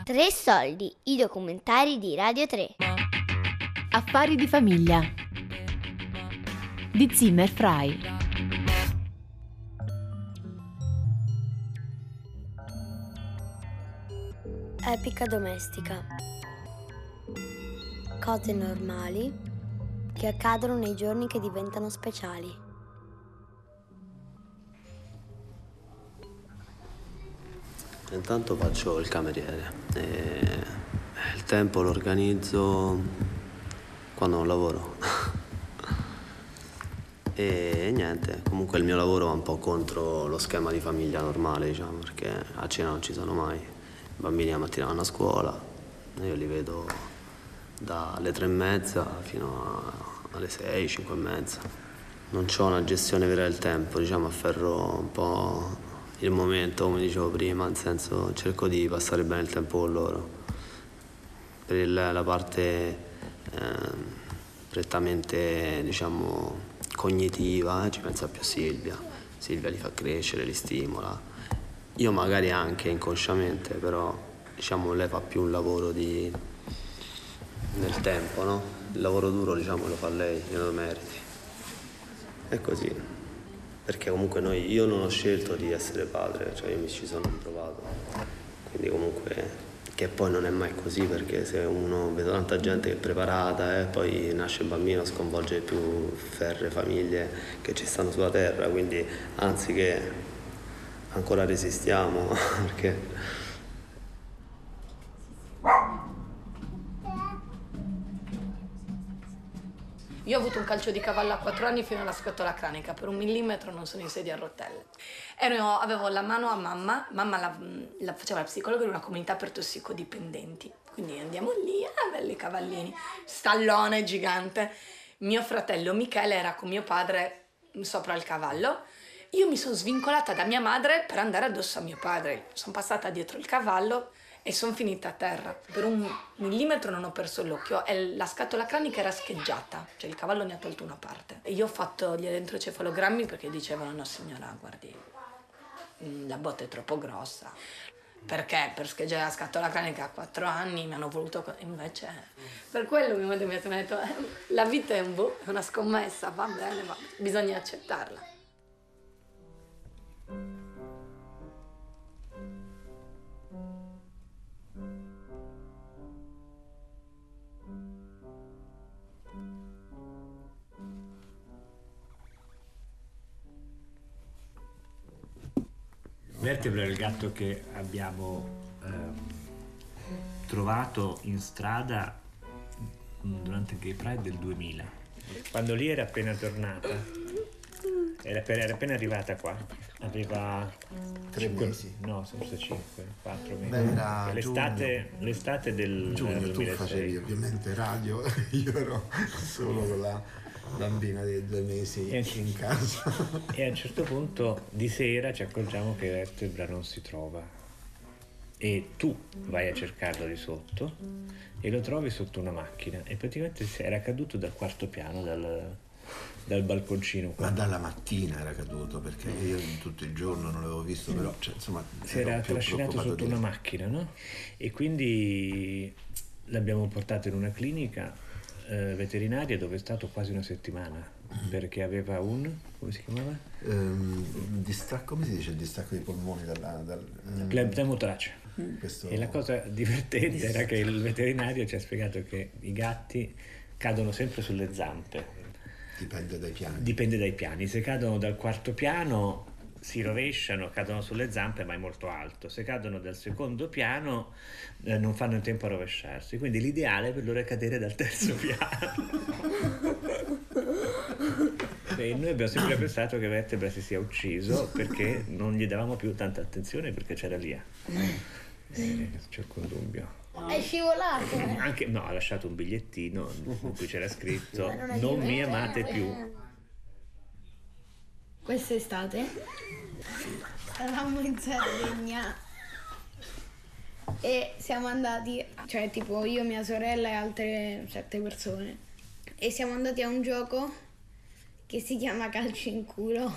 Tre soldi, i documentari di Radio 3. Affari di famiglia di Zimmer Frei. Epica domestica. Cose normali che accadono nei giorni che diventano speciali. Intanto faccio il cameriere e il tempo lo organizzo quando non lavoro. E niente, comunque il mio lavoro va un po' contro lo schema di famiglia normale, diciamo, perché a cena non ci sono mai. I bambini la mattina vanno a scuola, io li vedo dalle 3:30 fino alle 6, 5:30. Non c'ho una gestione vera del tempo, diciamo, afferro un po' il momento, come dicevo prima, nel senso cerco di passare bene il tempo con loro. Per la parte prettamente, diciamo, cognitiva ci pensa più Silvia. Silvia li fa crescere, li stimola. Io magari anche inconsciamente, però diciamo lei fa più un lavoro nel tempo, no? Il lavoro duro, diciamo, lo fa lei, glielo meriti. È così. Perché comunque io non ho scelto di essere padre, cioè io mi ci sono ritrovato. Quindi comunque, che poi non è mai così, perché se uno vede tanta gente che è preparata e poi nasce il bambino, sconvolge più ferre famiglie che ci stanno sulla terra, quindi anzi che ancora resistiamo, perché... Io ho avuto un calcio di cavallo a 4 anni fino alla scatola cranica, per 1 millimetro non sono in sedia a rotelle. Avevo la mano a mamma la faceva la psicologa in una comunità per tossicodipendenti, quindi andiamo lì, belli cavallini, stallone gigante. Mio fratello Michele era con mio padre sopra il cavallo, io mi sono svincolata da mia madre per andare addosso a mio padre, sono passata dietro il cavallo e sono finita a terra. Per 1 millimetro non ho perso l'occhio e la scatola cranica era scheggiata, cioè il cavallo ne ha tolto una parte. E io ho fatto gli elettrocefalogrammi perché dicevano no signora, guardi, la botta è troppo grossa. Perché per scheggiare la scatola cranica a 4 anni mi hanno voluto, invece per quello mio madre mi ha detto la vita è una scommessa, va bene, ma bisogna accettarla. Vertebra è il gatto che abbiamo trovato in strada durante il Gay Pride del 2000. Quando lì era appena tornata, era appena arrivata qua, aveva 3 mesi. No, forse 5, 4 mesi. Beh, era l'estate del giugno, 2006. tu facevi ovviamente radio, io ero solo con la bambina dei 2 mesi in casa. E a un certo punto di sera ci accorgiamo che Vertebra non si trova e tu vai a cercarlo di sotto e lo trovi sotto una macchina e praticamente era caduto dal 4º piano dal balconcino qua. Ma dalla mattina era caduto, perché io tutto il giorno non l'avevo visto, però insomma si era trascinato sotto una macchina, no? E quindi l'abbiamo portato in una clinica veterinaria dove è stato quasi 1 settimana perché aveva come si chiamava? Come si dice il distacco dei polmoni dal pneumotorace. E la cosa divertente era che il veterinario ci ha spiegato che i gatti cadono sempre sulle zampe. Dipende dai piani. Se cadono dal 4º piano si rovesciano, cadono sulle zampe, ma è molto alto. Se cadono dal 2º piano non fanno in tempo a rovesciarsi, quindi l'ideale per loro è cadere dal 3º piano. E noi abbiamo sempre pensato che Vertebra si sia ucciso perché non gli davamo più tanta attenzione perché c'era Lia. C'è il condubbio. È scivolato. No, ha lasciato un bigliettino in cui c'era scritto non mi amate più. Quest'estate eravamo in Sardegna e siamo andati, cioè tipo io, mia sorella e altre 7 persone, e siamo andati a un gioco che si chiama calcio in culo.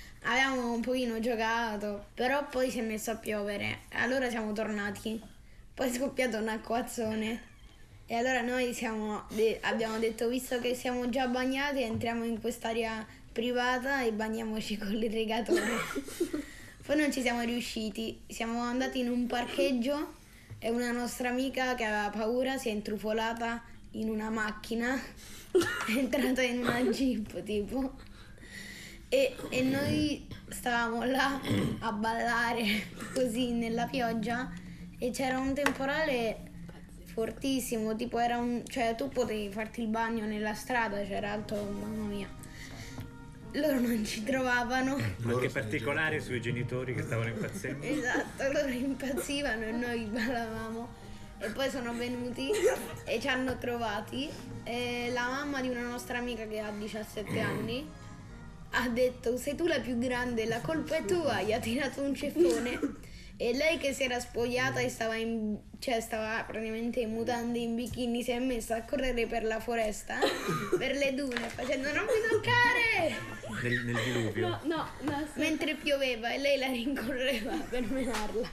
Avevamo un pochino giocato, però poi si è messo a piovere e allora siamo tornati poi è scoppiato un acquazzone. E allora noi abbiamo detto, visto che siamo già bagnati, entriamo in quest'area privata e bagniamoci con l'irrigatore. Poi non ci siamo riusciti, siamo andati in un parcheggio e una nostra amica che aveva paura si è intrufolata in una macchina, è entrata in una jeep tipo, e noi stavamo là a ballare così nella pioggia e c'era un temporale fortissimo, tipo cioè tu potevi farti il bagno nella strada, c'era alto, mamma mia. Loro non ci trovavano. Anche particolare sui genitori che stavano impazzendo. Esatto, loro impazzivano e noi ballavamo. E poi sono venuti e ci hanno trovati. E la mamma di una nostra amica che ha 17 anni ha detto: sei tu la più grande, la colpa è tua, gli ha tirato un ceffone. E lei che si era spogliata e stava praticamente in mutande, in bikini, si è messa a correre per la foresta, per le dune, facendo non mi toccare! Nel diluvio? No, mentre pioveva e lei la rincorreva per menarla.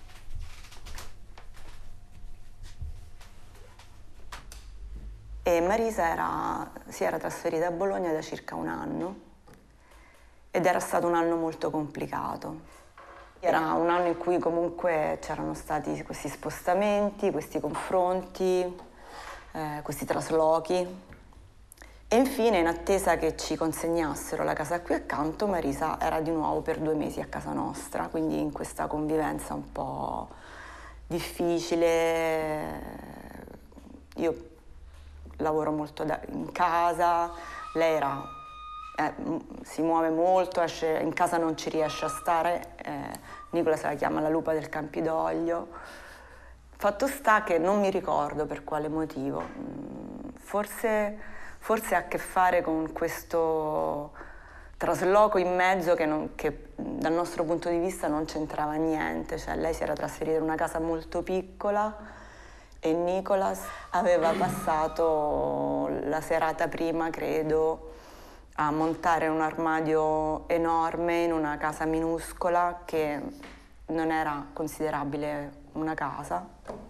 E Marisa si era trasferita a Bologna da circa un anno ed era stato un anno molto complicato. Era un anno in cui comunque c'erano stati questi spostamenti, questi confronti, questi traslochi. E infine, in attesa che ci consegnassero la casa qui accanto, Marisa era di nuovo per 2 mesi a casa nostra, quindi in questa convivenza un po' difficile. Io lavoro molto in casa, lei si muove molto, in casa non ci riesce a stare, Nicola se la chiama la lupa del Campidoglio. Fatto sta che non mi ricordo per quale motivo, forse ha a che fare con questo trasloco in mezzo che dal nostro punto di vista non c'entrava niente, cioè lei si era trasferita in una casa molto piccola e Nicolas aveva passato la serata prima, credo, a montare un armadio enorme in una casa minuscola che non era considerabile una casa.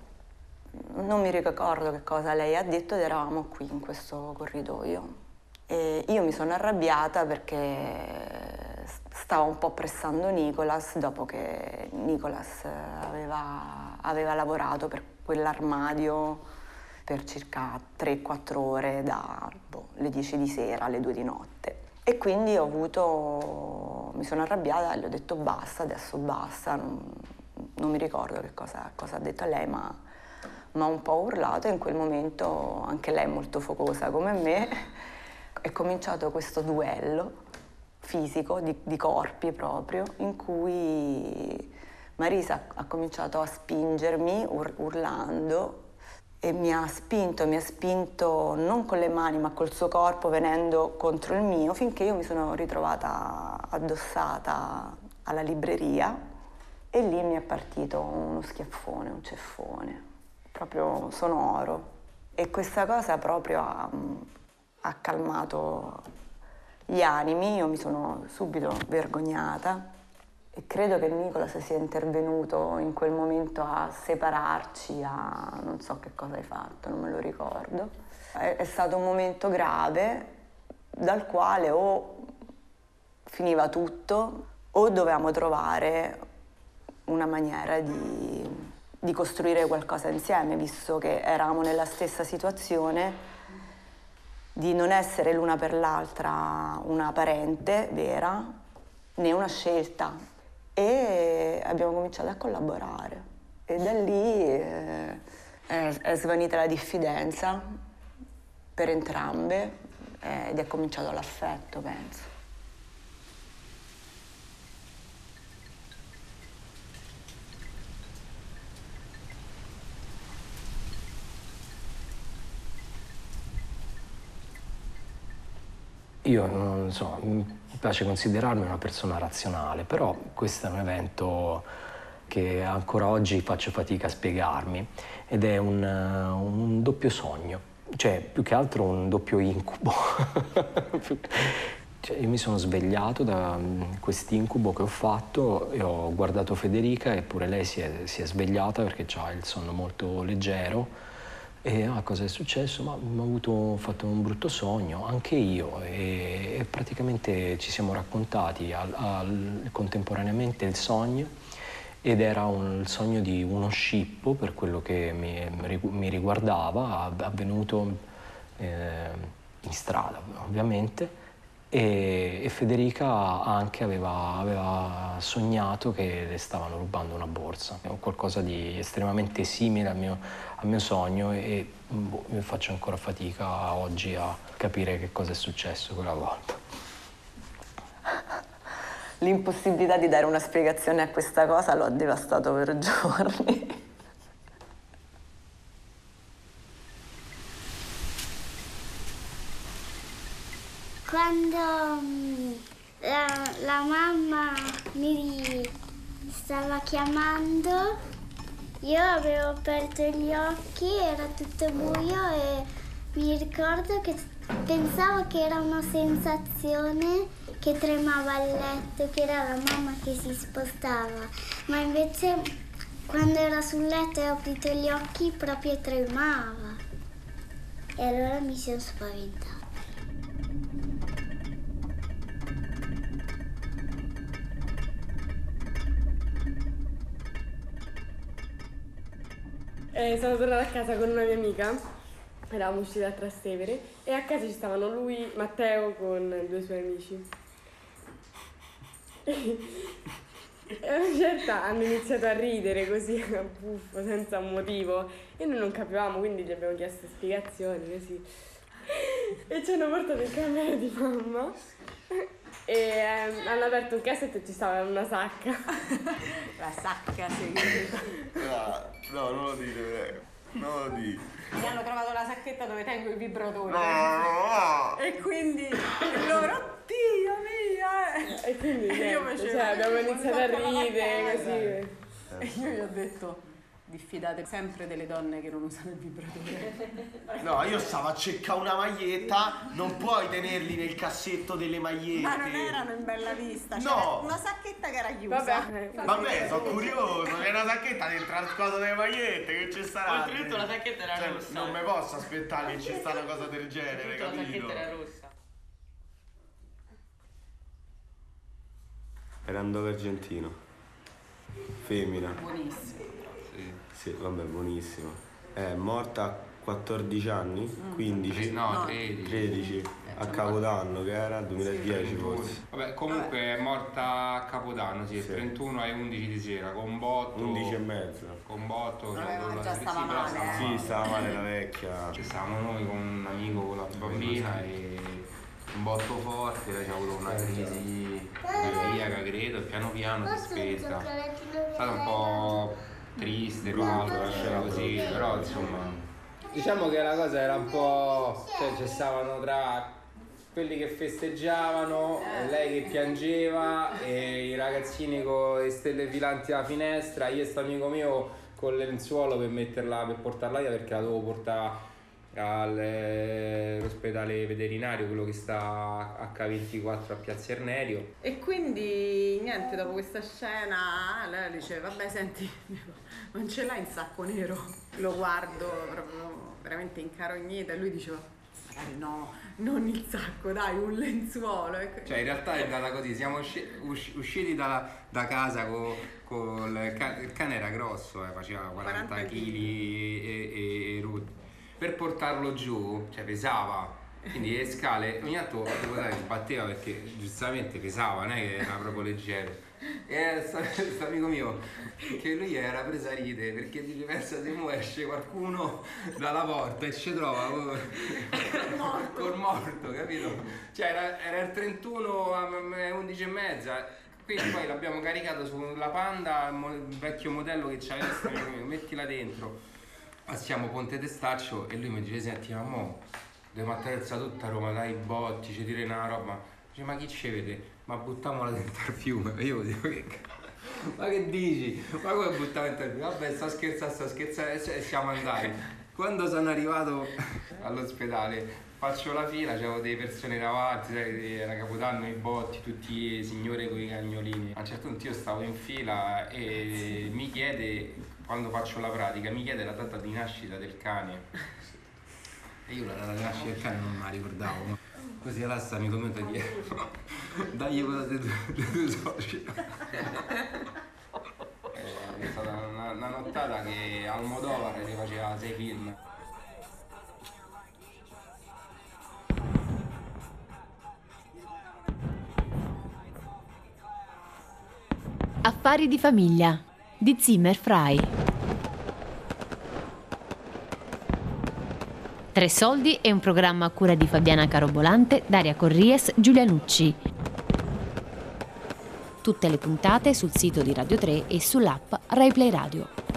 Non mi ricordo che cosa lei ha detto ed eravamo qui in questo corridoio. E io mi sono arrabbiata perché stava un po' pressando Nicolas dopo che Nicolas aveva lavorato per quell'armadio per circa 3-4 ore dalle 10 di sera alle 2 di notte. E quindi mi sono arrabbiata e le ho detto basta, adesso basta. Non mi ricordo che cosa ha detto a lei, ma ha un po' urlato e in quel momento, anche lei molto focosa come me, è cominciato questo duello fisico, di corpi proprio, in cui Marisa ha cominciato a spingermi urlando e mi ha spinto non con le mani ma col suo corpo venendo contro il mio, finché io mi sono ritrovata addossata alla libreria e lì mi è partito uno schiaffone, un ceffone, proprio sonoro. E questa cosa proprio ha calmato gli animi, io mi sono subito vergognata. E credo che Nicolas sia intervenuto in quel momento a separarci, non so che cosa hai fatto, non me lo ricordo. È stato un momento grave dal quale o finiva tutto o dovevamo trovare una maniera di costruire qualcosa insieme, visto che eravamo nella stessa situazione, di non essere l'una per l'altra una parente vera né una scelta. E abbiamo cominciato a collaborare e da lì è svanita la diffidenza per entrambe ed è cominciato l'affetto, penso. Io non so, mi piace considerarmi una persona razionale, però questo è un evento che ancora oggi faccio fatica a spiegarmi ed è un doppio sogno, cioè più che altro un doppio incubo. Cioè, io mi sono svegliato da quest'incubo che ho fatto e ho guardato Federica, eppure lei si è svegliata perché ha il sonno molto leggero. E cosa è successo? Ma ho fatto un brutto sogno, anche io, e praticamente ci siamo raccontati contemporaneamente il sogno, ed era il sogno di uno scippo, per quello che mi riguardava, avvenuto in strada ovviamente, e Federica anche aveva sognato che le stavano rubando una borsa, qualcosa di estremamente simile al mio sogno, e faccio ancora fatica oggi a capire che cosa è successo quella volta. L'impossibilità di dare una spiegazione a questa cosa lo ha devastato per giorni. Quando la mamma mi stava chiamando, io avevo aperto gli occhi, era tutto buio e mi ricordo che pensavo che era una sensazione che tremava il letto, che era la mamma che si spostava, ma invece quando era sul letto e ho aperto gli occhi proprio tremava e allora mi sono spaventata. Sono tornata a casa con una mia amica, eravamo usciti da Trastevere e a casa ci stavano lui, Matteo con 2 suoi amici. E a una certa hanno iniziato a ridere così a buffo, senza un motivo, e noi non capivamo, quindi gli abbiamo chiesto spiegazioni così. E ci hanno portato in camera di mamma e hanno aperto un cassetto e ci stava una sacca. La sacca segreta. No, non lo dite, prego. Non lo dite. Mi hanno trovato la sacchetta dove tengo il vibratore. No. E quindi loro, Dio mia! E quindi niente, abbiamo iniziato a ridere così. E io gli ho detto: diffidate sempre delle donne che non usano il vibratore. No, io stavo a cercare una maglietta, non puoi tenerli nel cassetto delle magliette. Ma non erano in bella vista, no. C'era una sacchetta che era chiusa. Vabbè, sono curioso, c'è una sacchetta dentro al coso delle magliette, che ci sarà? Oltretutto la sacchetta era rossa. Non mi posso aspettare che ci sta una cosa del genere, capito? La sacchetta era rossa. Erando argentino, femmina. Buonissimo. Sì, vabbè, buonissimo. È morta a 14 anni, 15, no, 13. A Capodanno, che era il 2010 forse. Vabbè, comunque è morta a Capodanno, sì, il 31 e 11 di sera, con botto. 11 e mezza. Con botto. Già stava male. Sì, stava male la vecchia. Ci stavamo noi con un amico, con la bambina, e un botto forte, lei ci ha avuto una crisi cardiaca, credo, e piano piano si è spenta. È stato un po' triste, così, però insomma. Diciamo che la cosa era un po', cioè ci stavano tra quelli che festeggiavano, lei che piangeva e i ragazzini con le stelle filanti alla finestra, io e sto amico mio con il lenzuolo per portarla via, perché la dovevo portare all'ospedale veterinario, quello che sta a H24 a Piazza Ernerio. E quindi niente, dopo questa scena lei dice: vabbè, senti, non ce l'hai in sacco nero? Lo guardo proprio veramente incarognita e lui diceva: magari no, non il sacco, dai, un lenzuolo. Cioè in realtà è andata così, siamo usciti da casa con il cane era grosso, faceva 40 kg e rotti. Per portarlo giù, cioè pesava, quindi le scale ogni tanto sbatteva perché giustamente pesava, non è che era proprio leggero. E questo amico mio, che lui era presa a ride perché dice: pensa se mo esce qualcuno dalla porta e ci trova col morto, capito? Cioè era il 31 alle 11 e mezza. Quindi poi l'abbiamo caricato sulla Panda, il vecchio modello che c'aveva questo amico mio, mettila dentro. Passiamo Ponte Testaccio e lui mi dice: senti, ma mo dobbiamo attraversare tutta Roma, dai botti, ci tira una roba. Dice: ma chi ci vede? Ma buttiamola dentro al fiume. E io dico: ma che dici? Ma come buttare dentro al fiume? Vabbè, sto scherzando, e siamo andati. Quando sono arrivato all'ospedale faccio la fila, c'avevo delle persone davanti, sai, era Capodanno, i botti, tutti i signori con i cagnolini. A un certo punto io stavo in fila e mi chiede, quando faccio la pratica, mi chiede la data di nascita del cane. E io la data di nascita del cane non me la ricordavo. Così Alassa mi commenta dietro, dagli quella dei due soci. È stata una nottata che Almodovar ne faceva 6 film. Affari di famiglia di Zimmer Frei. 3 soldi è un programma a cura di Fabiana Carobolante, Daria Corries, Giulia Nucci. Tutte le puntate sul sito di Radio 3 e sull'app Rai Play Radio.